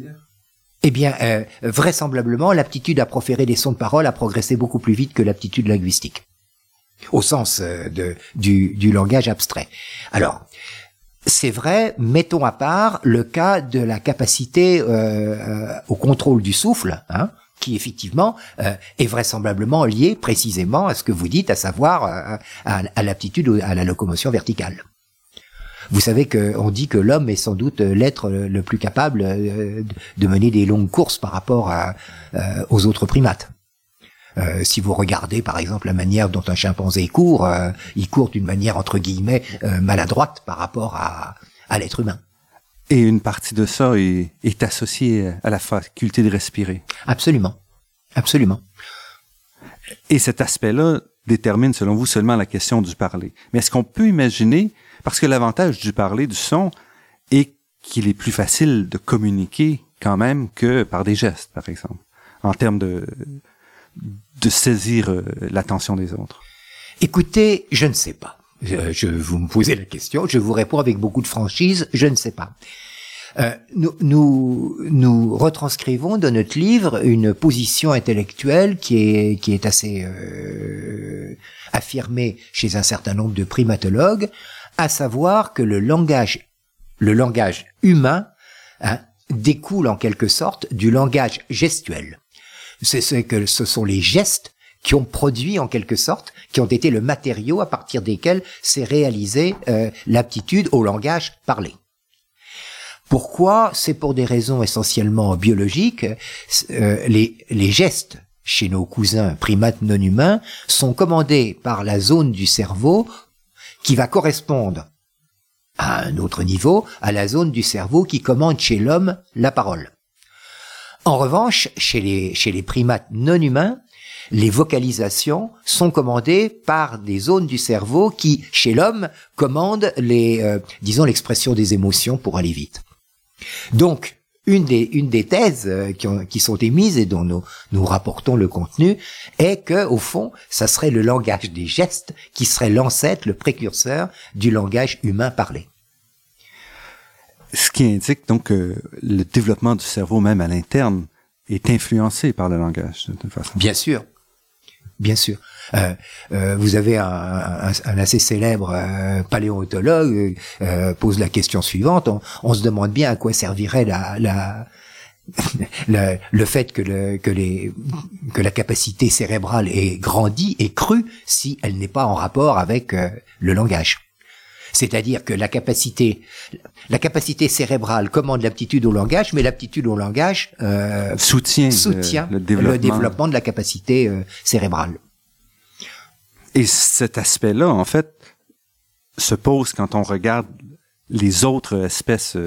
[SPEAKER 3] Eh bien, vraisemblablement, l'aptitude à proférer des sons de parole a progressé beaucoup plus vite que l'aptitude linguistique, au sens du langage abstrait. Alors, c'est vrai, mettons à part le cas de la capacité au contrôle du souffle, qui effectivement est vraisemblablement lié précisément à ce que vous dites, à savoir à l'aptitude à la locomotion verticale. Vous savez qu'on dit que l'homme est sans doute l'être le plus capable de mener des longues courses par rapport aux autres primates. Si vous regardez par exemple la manière dont un chimpanzé court, il court d'une manière entre guillemets maladroite par rapport à l'être humain.
[SPEAKER 2] Et une partie de ça est associée à la faculté de respirer.
[SPEAKER 3] Absolument. Absolument.
[SPEAKER 2] Et cet aspect-là détermine, selon vous, seulement la question du parler. Mais est-ce qu'on peut imaginer, parce que l'avantage du parler, du son, est qu'il est plus facile de communiquer quand même que par des gestes, par exemple, en termes de saisir l'attention des autres? Écoutez,
[SPEAKER 3] je ne sais pas. Vous me posez la question, je vous réponds avec beaucoup de franchise, je ne sais pas. Nous retranscrivons dans notre livre une position intellectuelle qui est assez affirmée chez un certain nombre de primatologues, à savoir que le langage humain découle en quelque sorte du langage gestuel. Ce sont les gestes qui ont produit en quelque sorte, qui ont été le matériau à partir desquels s'est réalisée l'aptitude au langage parlé. Pourquoi ? C'est pour des raisons essentiellement biologiques. Les gestes chez nos cousins primates non humains sont commandés par la zone du cerveau qui va correspondre à un autre niveau à la zone du cerveau qui commande chez l'homme la parole. En revanche, chez les primates non humains, les vocalisations sont commandées par des zones du cerveau qui, chez l'homme, commandent l'expression des émotions pour aller vite. Donc, une des thèses qui sont émises et dont nous rapportons le contenu est que, au fond, ça serait le langage des gestes qui serait l'ancêtre, le précurseur du langage humain parlé.
[SPEAKER 2] Ce qui indique donc que le développement du cerveau même à l'interne est influencé par le langage de toute façon.
[SPEAKER 3] Bien sûr. Bien sûr. Vous avez un assez célèbre paléontologue pose la question suivante. On se demande bien à quoi servirait le fait que la capacité cérébrale est grandie et crue si elle n'est pas en rapport avec le langage. C'est-à-dire que la capacité cérébrale commande l'aptitude au langage, mais l'aptitude au langage soutient le développement de la capacité cérébrale.
[SPEAKER 2] Et cet aspect-là, en fait, se pose quand on regarde les autres espèces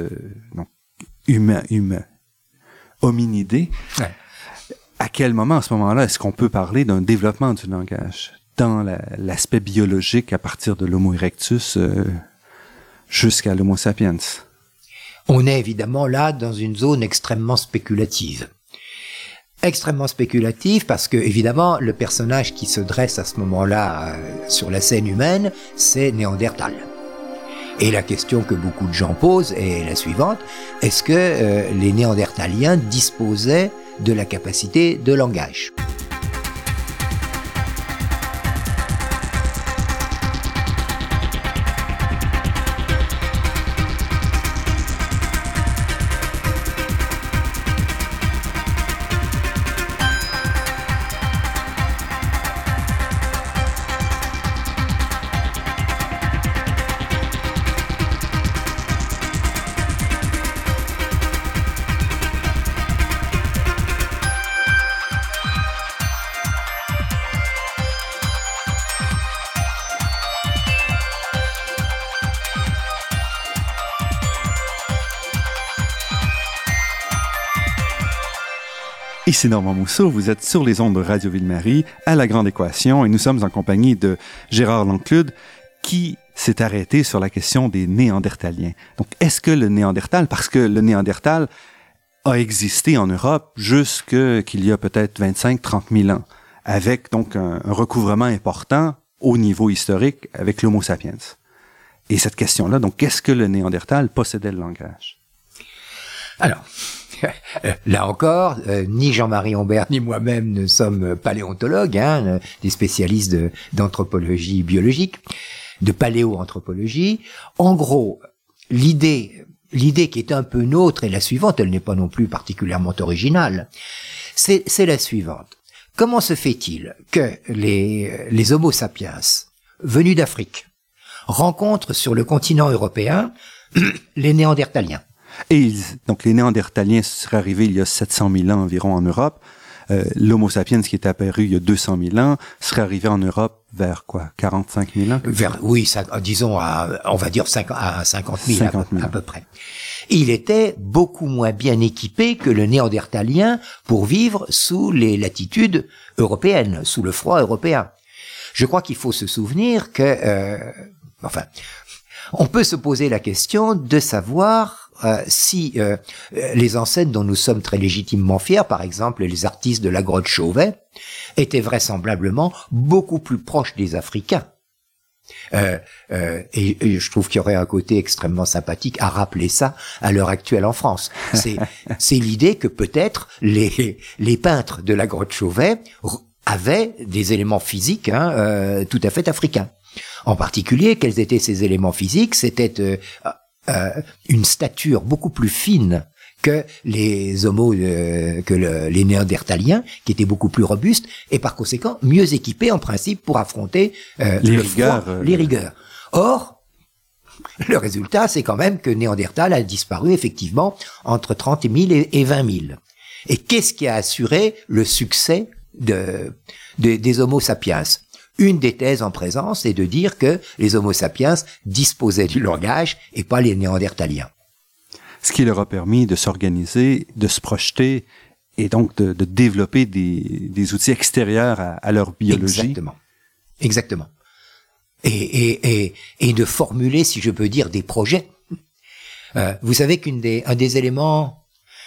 [SPEAKER 2] hominidées. Ouais. À quel moment, à ce moment-là, est-ce qu'on peut parler d'un développement du langage dans l'aspect biologique à partir de l'Homo erectus jusqu'à l'Homo sapiens?
[SPEAKER 3] On est évidemment là dans une zone extrêmement spéculative. Extrêmement spéculative parce que, évidemment, le personnage qui se dresse à ce moment-là sur la scène humaine, c'est Néandertal. Et la question que beaucoup de gens posent est la suivante: est-ce que les Néandertaliens disposaient de la capacité de langage ?
[SPEAKER 2] Ici Normand Mousseau, vous êtes sur les ondes de Radio Ville-Marie, à La Grande Équation, et nous sommes en compagnie de Gérard Lanclude, qui s'est arrêté sur la question des Néandertaliens. Donc, est-ce que le Néandertal, parce que le Néandertal a existé en Europe qu'il y a peut-être 25-30 000 ans, avec donc un recouvrement important au niveau historique avec l'Homo sapiens. Et cette question-là, donc, est-ce que le Néandertal possédait le langage?
[SPEAKER 3] Alors, là encore, ni Jean-Marie Humbert ni moi-même ne sommes paléontologues, des spécialistes d'anthropologie biologique, de paléoanthropologie. En gros, l'idée qui est un peu nôtre est la suivante, elle n'est pas non plus particulièrement originale, c'est la suivante. Comment se fait-il que les Homo sapiens, venus d'Afrique, rencontrent sur le continent européen les Néandertaliens?
[SPEAKER 2] Et donc les Néandertaliens seraient arrivés il y a 700 000 ans environ en Europe. L'Homo sapiens qui est apparu il y a 200 000 ans serait arrivé en Europe vers quoi, 45 000 ans?
[SPEAKER 3] Disons on va dire à 50 000 à peu près. Il était beaucoup moins bien équipé que le Néandertalien pour vivre sous les latitudes européennes, sous le froid européen. Je crois qu'il faut se souvenir que, on peut se poser la question de savoir si les ancêtres dont nous sommes très légitimement fiers, par exemple les artistes de la grotte Chauvet, étaient vraisemblablement beaucoup plus proches des Africains. Et je trouve qu'il y aurait un côté extrêmement sympathique à rappeler ça à l'heure actuelle en France. C'est l'idée que peut-être les peintres de la grotte Chauvet avaient des éléments physiques tout à fait africains. En particulier, quels étaient ces éléments physiques? C'était une stature beaucoup plus fine que les les Néandertaliens, qui étaient beaucoup plus robustes et par conséquent mieux équipés en principe pour affronter les rigueurs. Or, le résultat, c'est quand même que Néandertal a disparu effectivement entre 30 000 et 20 000. Et qu'est-ce qui a assuré le succès des Homo sapiens. Une des thèses en présence est de dire que les Homo sapiens disposaient du langage et pas les Néandertaliens.
[SPEAKER 2] Ce qui leur a permis de s'organiser, de se projeter et donc de développer des outils extérieurs à leur biologie.
[SPEAKER 3] Exactement. Et de formuler, si je peux dire, des projets. Vous savez qu'un des éléments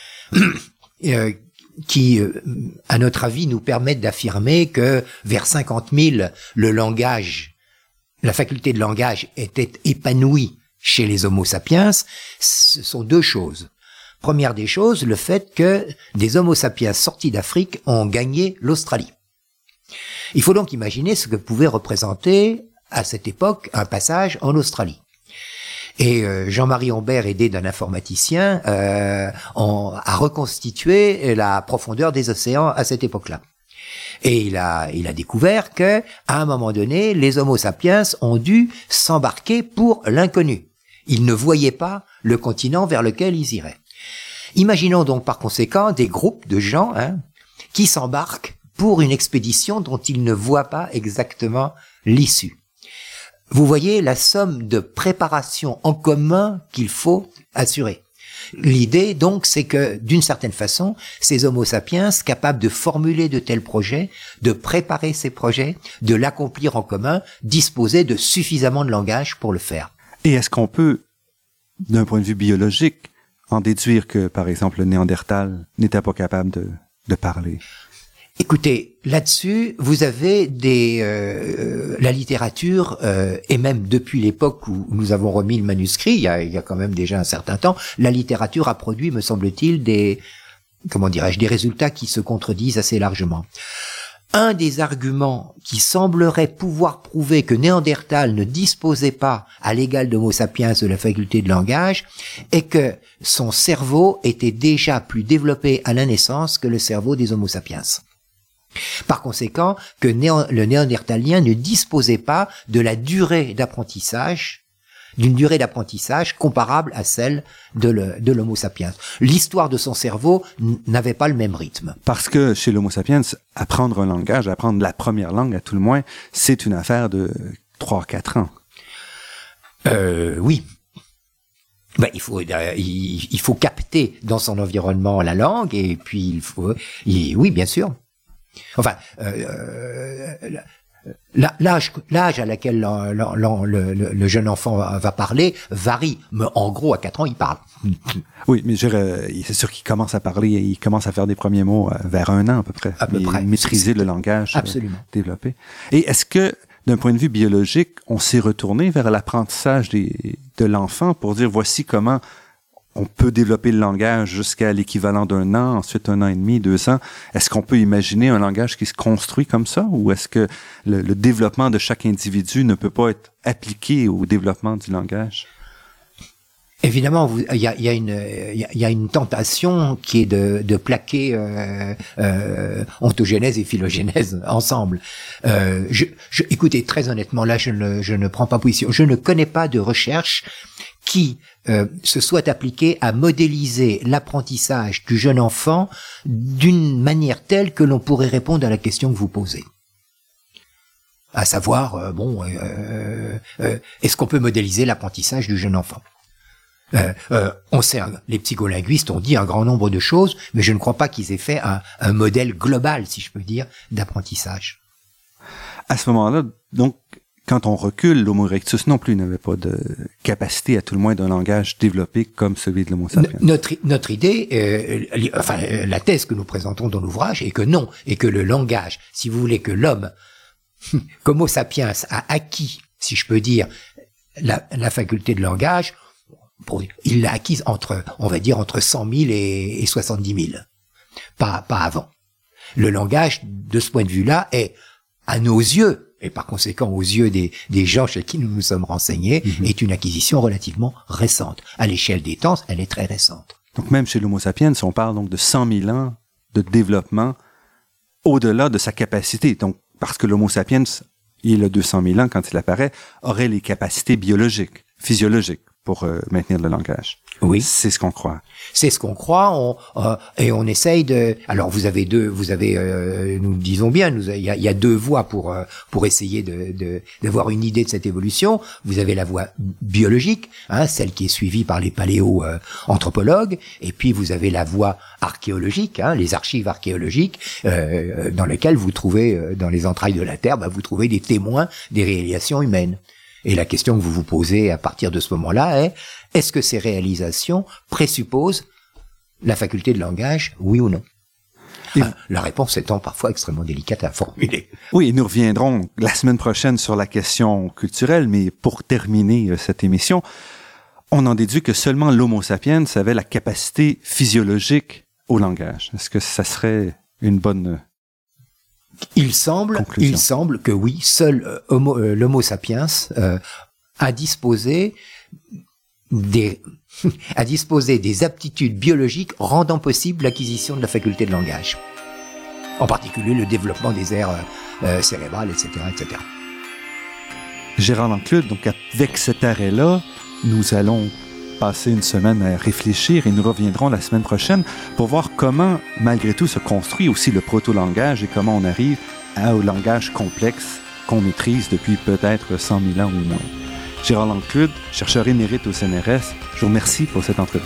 [SPEAKER 3] qui, à notre avis, nous permettent d'affirmer que vers 50 000, le langage, la faculté de langage était épanouie chez les Homo sapiens, ce sont deux choses. Première des choses, le fait que des Homo sapiens sortis d'Afrique ont gagné l'Australie. Il faut donc imaginer ce que pouvait représenter, à cette époque, un passage en Australie. Et Jean-Marie Humbert, aidé d'un informaticien, a reconstitué la profondeur des océans à cette époque-là. Et il a découvert que, à un moment donné, les Homo sapiens ont dû s'embarquer pour l'inconnu. Ils ne voyaient pas le continent vers lequel ils iraient. Imaginons donc par conséquent des groupes de gens qui s'embarquent pour une expédition dont ils ne voient pas exactement l'issue. Vous voyez la somme de préparation en commun qu'il faut assurer. L'idée, donc, c'est que, d'une certaine façon, ces Homo sapiens, capables de formuler de tels projets, de préparer ces projets, de l'accomplir en commun, disposaient de suffisamment de langage pour le faire.
[SPEAKER 2] Et est-ce qu'on peut, d'un point de vue biologique, en déduire que, par exemple, le Néandertal n'était pas capable de parler?
[SPEAKER 3] Écoutez, là-dessus, vous avez la littérature, et même depuis l'époque où nous avons remis le manuscrit, il y a quand même déjà un certain temps, la littérature a produit, me semble-t-il, des résultats qui se contredisent assez largement. Un des arguments qui semblerait pouvoir prouver que Néandertal ne disposait pas à l'égal d'Homo sapiens de la faculté de langage est que son cerveau était déjà plus développé à la naissance que le cerveau des Homo sapiens. Par conséquent, que le néandertalien ne disposait pas de la durée d'apprentissage, d'une durée d'apprentissage comparable à celle de l'Homo sapiens. L'histoire de son cerveau n'avait pas le même rythme.
[SPEAKER 2] Parce que chez l'Homo sapiens, apprendre un langage, apprendre la première langue à tout le moins, c'est une affaire de 3-4 ans.
[SPEAKER 3] Oui. Ben, il faut capter dans son environnement la langue et puis oui, bien sûr. Enfin, l'âge à laquelle le jeune enfant va parler varie, mais en gros, à 4 ans, il parle.
[SPEAKER 2] Oui, mais c'est sûr qu'il commence à parler, il commence à faire des premiers mots vers 1 an à peu près.
[SPEAKER 3] À peu près.
[SPEAKER 2] Maîtriser le langage.
[SPEAKER 3] Absolument.
[SPEAKER 2] Développer. Et est-ce que, d'un point de vue biologique, on s'est retourné vers l'apprentissage de l'enfant pour dire voici comment on peut développer le langage jusqu'à l'équivalent d'1 an, ensuite 1 an et demi, 2 ans. Est-ce qu'on peut imaginer un langage qui se construit comme ça, ou est-ce que le développement de chaque individu ne peut pas être appliqué au développement du langage?
[SPEAKER 3] Évidemment, il y a une tentation qui est de plaquer ontogénèse et phylogénèse ensemble. Écoutez, très honnêtement, là, je ne prends pas position. Je ne connais pas de recherche qui se soit appliquée à modéliser l'apprentissage du jeune enfant d'une manière telle que l'on pourrait répondre à la question que vous posez. À savoir, est-ce qu'on peut modéliser l'apprentissage du jeune enfant? On sait, les psycholinguistes ont dit un grand nombre de choses, mais je ne crois pas qu'ils aient fait un modèle global, si je peux dire, d'apprentissage.
[SPEAKER 2] À ce moment-là, donc, quand on recule, l'Homo erectus non plus n'avait pas de capacité, à tout le moins, d'un langage développé comme celui de l'Homo sapiens.
[SPEAKER 3] Notre idée, la thèse que nous présentons dans l'ouvrage est que non, et que le langage, si vous voulez, que l'homme, qu'Homo sapiens a acquis, si je peux dire, la faculté de langage, il l'a acquise entre 100 000 et 70 000. Pas avant. Le langage, de ce point de vue-là, est, à nos yeux, et par conséquent aux yeux des gens chez qui nous nous sommes renseignés, est une acquisition relativement récente. À l'échelle des temps, elle est très récente.
[SPEAKER 2] Donc même chez l'Homo sapiens, on parle donc de 100 000 ans de développement au-delà de sa capacité. Donc, parce que l'Homo sapiens, il a 200 000 ans quand il apparaît, aurait les capacités biologiques, physiologiques,
[SPEAKER 3] pour
[SPEAKER 2] maintenir le langage.
[SPEAKER 3] Oui.
[SPEAKER 2] C'est ce qu'on croit.
[SPEAKER 3] C'est ce qu'on croit, et on essaye de. Alors nous disons bien, il y a deux voies pour essayer d'avoir une idée de cette évolution. Vous avez la voie biologique, celle qui est suivie par les paléo-anthropologues, et puis vous avez la voie archéologique, les archives archéologiques, dans lesquelles vous trouvez, dans les entrailles de la Terre, vous trouvez des témoins des réalisations humaines. Et la question que vous vous posez à partir de ce moment-là est: est-ce que ces réalisations présupposent la faculté de langage, oui ou non? La réponse étant parfois extrêmement délicate à formuler.
[SPEAKER 2] Oui, et nous reviendrons la semaine prochaine sur la question culturelle, mais pour terminer cette émission, on en déduit que seulement l'Homo sapiens avait la capacité physiologique au langage. Est-ce que ça serait une bonne
[SPEAKER 3] Il semble que oui, seul l'Homo sapiens a disposé des aptitudes biologiques rendant possible l'acquisition de la faculté de langage. En particulier le développement des aires cérébrales, etc., etc.
[SPEAKER 2] Gérard Lanclude, donc avec cet arrêt-là, nous allons passer une semaine à réfléchir et nous reviendrons la semaine prochaine pour voir comment, malgré tout, se construit aussi le proto-langage et comment on arrive au langage complexe qu'on maîtrise depuis peut-être 100 000 ans ou moins. Gérard Lanclude, chercheur émérite au CNRS, je vous remercie pour cette entrevue.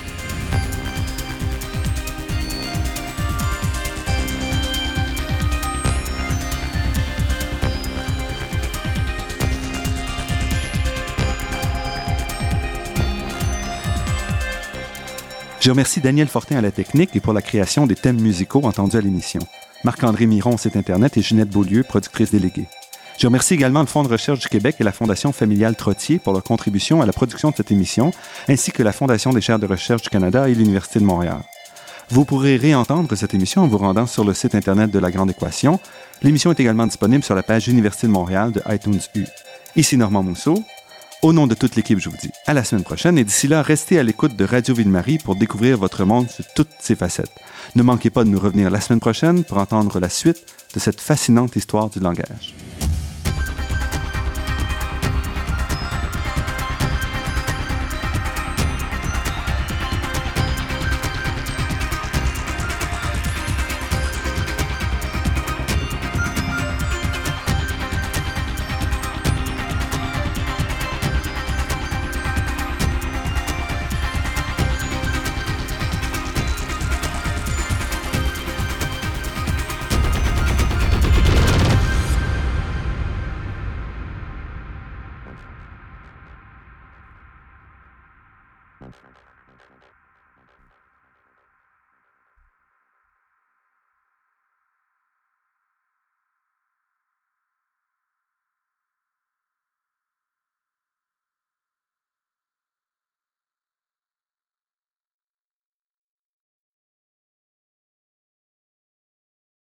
[SPEAKER 2] Je remercie Daniel Fortin à la technique et pour la création des thèmes musicaux entendus à l'émission. Marc-André Miron au site Internet et Ginette Beaulieu, productrice déléguée. Je remercie également le Fonds de recherche du Québec et la Fondation familiale Trottier pour leur contribution à la production de cette émission, ainsi que la Fondation des chaires de recherche du Canada et l'Université de Montréal. Vous pourrez réentendre cette émission en vous rendant sur le site Internet de La Grande Équation. L'émission est également disponible sur la page Université de Montréal de iTunes U. Ici Normand Mousseau. Au nom de toute l'équipe, je vous dis à la semaine prochaine et d'ici là, restez à l'écoute de Radio Ville-Marie pour découvrir votre monde sous toutes ses facettes. Ne manquez pas de nous revenir la semaine prochaine pour entendre la suite de cette fascinante histoire du langage.